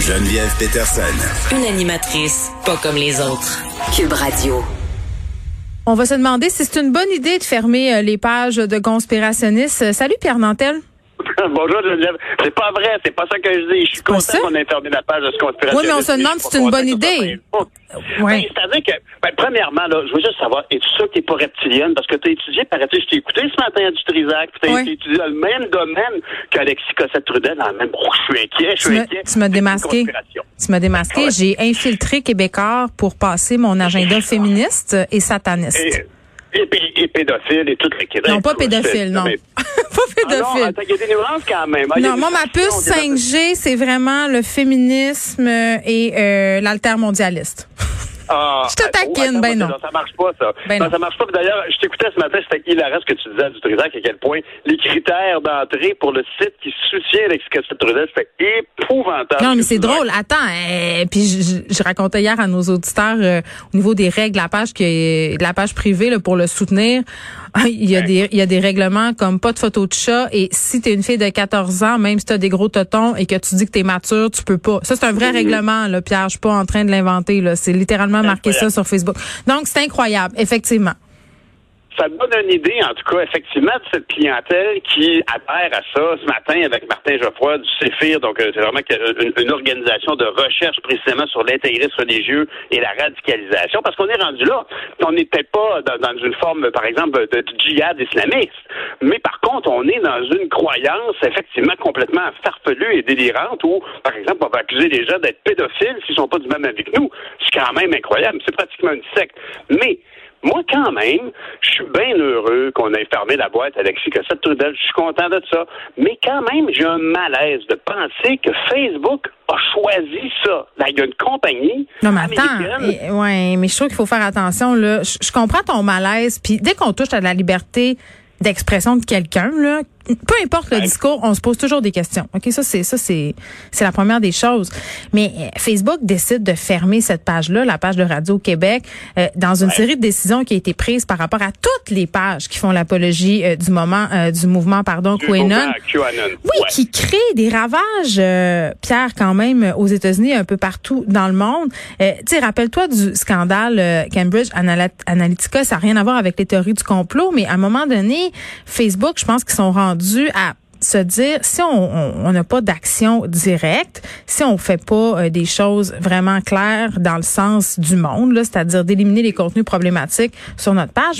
Geneviève Peterson. Une animatrice pas comme les autres. Cube Radio. On va se demander si c'est une bonne idée de fermer les pages de conspirationnistes. Salut Pierre Nantel. Bonjour Geneviève. C'est pas vrai, c'est pas ça que je dis. Je suis content qu'on ait fermé la page de ce conspirationniste. Oui, mais on se demande si c'est une bonne idée. Oui. C'est-à-dire que, premièrement, là, je veux juste savoir, es-tu sûr que t'es pas reptilienne? Parce que t'as étudié, paraît-il, je t'ai écouté ce matin à du Trisac, puis t'as étudié dans le même domaine qu'Alexis Cossette-Trudel, dans le même, je suis inquiet. Tu m'as démasqué. Ouais. J'ai infiltré Québécois pour passer mon agenda féministe et sataniste. Et pédophile et tout le Québec. Non, pas pédophile, non. Pas pédophile. Il y a des nuances quand même. Non, moi, ma puce 5G, c'est vraiment le féminisme et l'altermondialiste. Je te taquine, non. Ça marche pas, ça. Ça marche pas. D'ailleurs, je t'écoutais ce matin, c'était hilarant ce que tu disais à du Trisac, à quel point les critères d'entrée pour le site qui soutient Alexis Cossette-Trudel, c'était épouvantable. Non, mais c'est drôle. Attends, puis je racontais hier à nos auditeurs au niveau des règles de la page privée là, pour le soutenir. Il y a des règlements comme pas de photo de chat et si t'es une fille de 14 ans, même si t'as des gros totons et que tu dis que t'es mature, tu peux pas. Ça, c'est un vrai règlement, là, Pierre. Je suis pas en train de l'inventer, là. C'est littéralement marqué ça sur Facebook. Donc, c'est incroyable, effectivement. Ça donne une idée, en tout cas, effectivement, de cette clientèle qui adhère à ça. Ce matin, avec Martin Geoffroy du CEFIR, donc c'est vraiment une organisation de recherche précisément sur l'intégrisme religieux et la radicalisation, parce qu'on est rendu là. On n'est peut-être pas dans une forme, par exemple, de djihad islamiste, mais par contre, on est dans une croyance, effectivement, complètement farfelue et délirante, où, par exemple, on va accuser les gens d'être pédophiles s'ils sont pas du même avec nous. C'est quand même incroyable. C'est pratiquement une secte. Mais moi, quand même, je suis bien heureux qu'on ait fermé la boîte Alexis Cossette-Trudel. Je suis content de ça. Mais quand même, j'ai un malaise de penser que Facebook a choisi ça. Là, il y a une compagnie américaine. Oui, mais je trouve qu'il faut faire attention. Là. Je comprends ton malaise. Puis dès qu'on touche à la liberté d'expression de quelqu'un, là, peu importe le discours, on se pose toujours des questions. OK, ça c'est la première des choses. Mais Facebook décide de fermer cette page-là, la page de Radio-Québec, dans une série de décisions qui a été prise par rapport à toutes les pages qui font l'apologie du mouvement QAnon. Oui, qui crée des ravages, Pierre, quand même, aux États-Unis, un peu partout dans le monde. Tu sais, rappelle-toi du scandale Cambridge Analytica, ça n'a rien à voir avec les théories du complot, mais à un moment donné, Facebook, je pense qu'ils sont rendus à se dire, si on n'a pas d'action directe, si on fait pas des choses vraiment claires dans le sens du monde, là, c'est-à-dire d'éliminer les contenus problématiques sur notre page,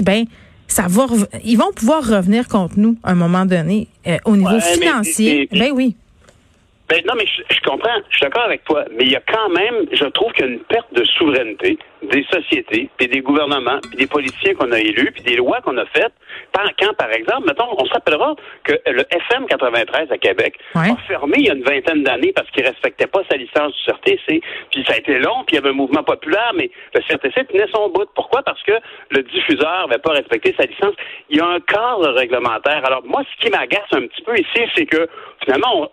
ils vont pouvoir revenir contre nous à un moment donné au niveau financier. Oui. Non, mais je comprends, je suis d'accord avec toi, mais il y a quand même, je trouve qu'il y a une perte de souveraineté des sociétés, puis des gouvernements, puis des politiciens qu'on a élus, puis des lois qu'on a faites, quand, par exemple, mettons, on se rappellera que le FM 93 à Québec a fermé il y a une vingtaine d'années parce qu'il respectait pas sa licence du CRTC, puis ça a été long, puis il y avait un mouvement populaire, mais le CRTC tenait son bout. Pourquoi? Parce que le diffuseur n'avait pas respecté sa licence. Il y a un cadre réglementaire. Alors, moi, ce qui m'agace un petit peu ici, c'est que, finalement,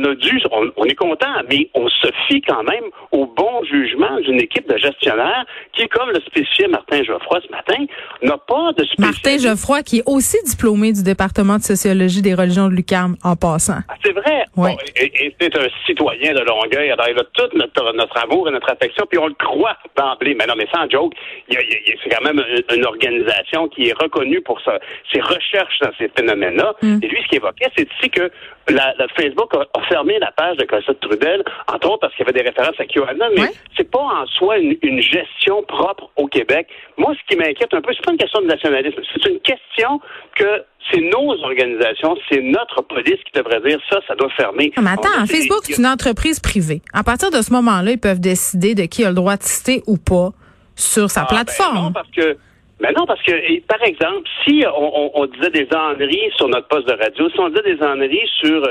on est content, mais on se fie quand même au bon jugement d'une équipe de gestionnaires qui, comme le spécifiait Martin Geoffroy ce matin, n'a pas de spécialité. Martin Geoffroy, qui est aussi diplômé du département de sociologie des religions de l'UQAM, en passant. Ah, c'est vrai? Oui. Bon, et c'est un citoyen de Longueuil. Alors, il a tout notre amour et notre affection, puis on le croit d'emblée. Mais non, mais sans joke, c'est quand même une organisation qui est reconnue pour ses recherches dans ces phénomènes-là. Et lui, ce qu'il évoquait, c'est ici que la Facebook a fermé la page de Cossette-Trudel, entre autres parce qu'il y avait des références à QAnon, mais c'est pas en soi une gestion propre au Québec. Moi, ce qui m'inquiète un peu, c'est pas une question de nationalisme, c'est une question que c'est nos organisations, c'est notre police qui devrait dire ça doit fermer. Non, mais attends, Facebook, c'est une entreprise privée. À partir de ce moment-là, ils peuvent décider de qui a le droit de citer ou pas sur sa plateforme. Non, parce que, par exemple, si on disait des âneries sur notre poste de radio, si on disait des âneries sur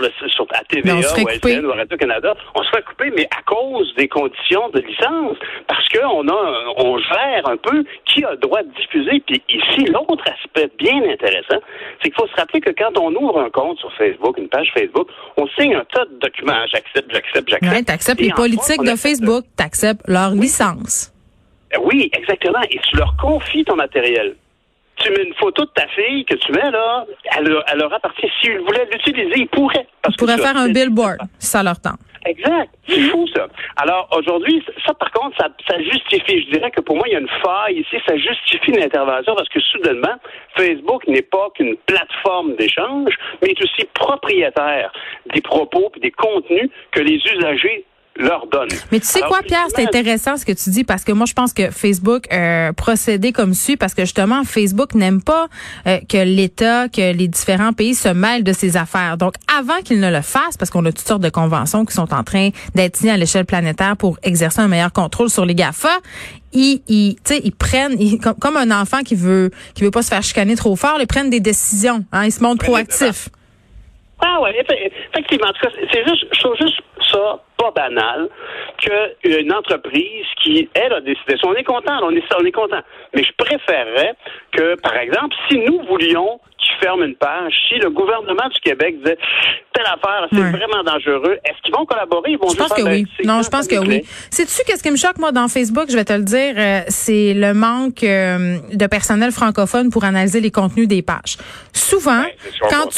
à TVA ou à LCN ou à Radio-Canada, on se fait couper, mais à cause des conditions de licence, parce que on gère un peu qui a le droit de diffuser. Puis ici, l'autre aspect bien intéressant, c'est qu'il faut se rappeler que quand on ouvre un compte sur Facebook, une page Facebook, on signe un tas de documents. J'accepte. Ouais, t'acceptes les politiques de Facebook, t'acceptes leur licence. Oui, exactement. Et tu leur confies ton matériel. tu mets une photo de ta fille que tu mets là, elle leur appartient. S'ils voulaient l'utiliser, ils pourraient. Ils pourraient faire un billboard, si ça leur tente. Exact. C'est fou, ça. Alors, aujourd'hui, ça, par contre, ça justifie. Je dirais que pour moi, il y a une faille ici. Ça justifie l'intervention parce que, soudainement, Facebook n'est pas qu'une plateforme d'échange, mais est aussi propriétaire des propos et des contenus que les usagers leur donnent. Mais tu sais quoi, Pierre, c'est intéressant ce que tu dis parce que moi, je pense que Facebook procédait comme suit parce que justement, Facebook n'aime pas que l'État, que les différents pays se mêlent de ses affaires. Donc, avant qu'ils ne le fassent, parce qu'on a toutes sortes de conventions qui sont en train d'être signées à l'échelle planétaire pour exercer un meilleur contrôle sur les GAFA, ils prennent, comme un enfant qui veut pas se faire chicaner trop fort, ils prennent des décisions. Hein, ils se montrent proactifs. Ah ouais, effectivement. En tout cas, je trouve juste ça pas banal qu'une entreprise qui, elle, a décidé. On est content, on est content. Mais je préférerais que, par exemple, si nous voulions qu'ils ferment une page, si le gouvernement du Québec disait telle affaire, c'est vraiment dangereux, est-ce qu'ils vont collaborer? Ils vont je pense que oui. Non, je pense que oui. Sais-tu qu'est-ce qui me choque, moi, dans Facebook? Je vais te le dire, c'est le manque de personnel francophone pour analyser les contenus des pages. Souvent, quand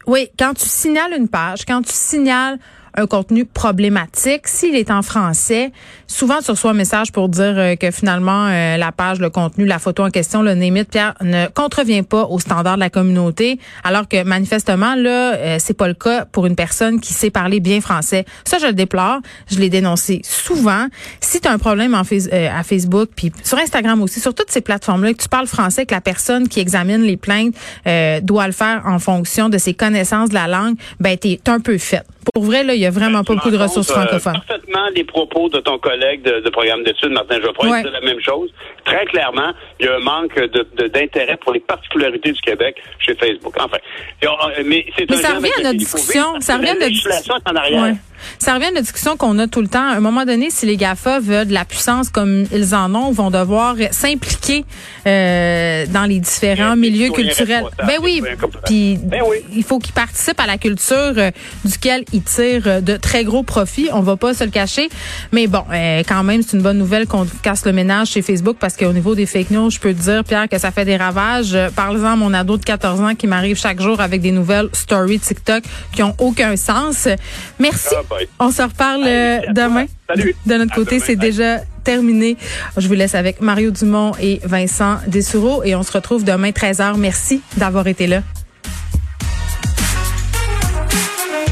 tu signales une page, quand tu signales un contenu problématique, s'il est en français, souvent tu reçois un message pour dire que finalement la page, le contenu, la photo en question, le name it, Pierre, ne contrevient pas aux standards de la communauté, alors que manifestement là, c'est pas le cas pour une personne qui sait parler bien français. Ça, je le déplore, je l'ai dénoncé souvent. Si tu as un problème à Facebook, puis sur Instagram aussi, sur toutes ces plateformes-là, que tu parles français, que la personne qui examine les plaintes doit le faire en fonction de ses connaissances de la langue, ben t'es un peu faite. Pour vrai, là, il y a vraiment pas beaucoup de ressources francophones. Parfaitement les propos de ton collègue de programme d'études, Martin Geoffroy, il dit la même chose. Très clairement, il y a un manque d'intérêt pour les particularités du Québec chez Facebook. Enfin, mais ça revient à notre discussion. Ça revient à notre discussion. Ça revient à la discussion qu'on a tout le temps. À un moment donné, si les GAFA veulent de la puissance comme ils en ont, vont devoir s'impliquer dans les différents milieux culturels. Puis il faut qu'ils participent à la culture duquel ils tirent de très gros profits. On va pas se le cacher. Mais bon, quand même, c'est une bonne nouvelle qu'on casse le ménage chez Facebook parce qu'au niveau des fake news, je peux te dire, Pierre, que ça fait des ravages. Parle-en à mon ado de 14 ans qui m'arrive chaque jour avec des nouvelles stories TikTok qui ont aucun sens. Merci. On se reparle demain. Salut. De notre côté, c'est déjà terminé. Je vous laisse avec Mario Dumont et Vincent Dessureau et on se retrouve demain 13h. Merci d'avoir été là.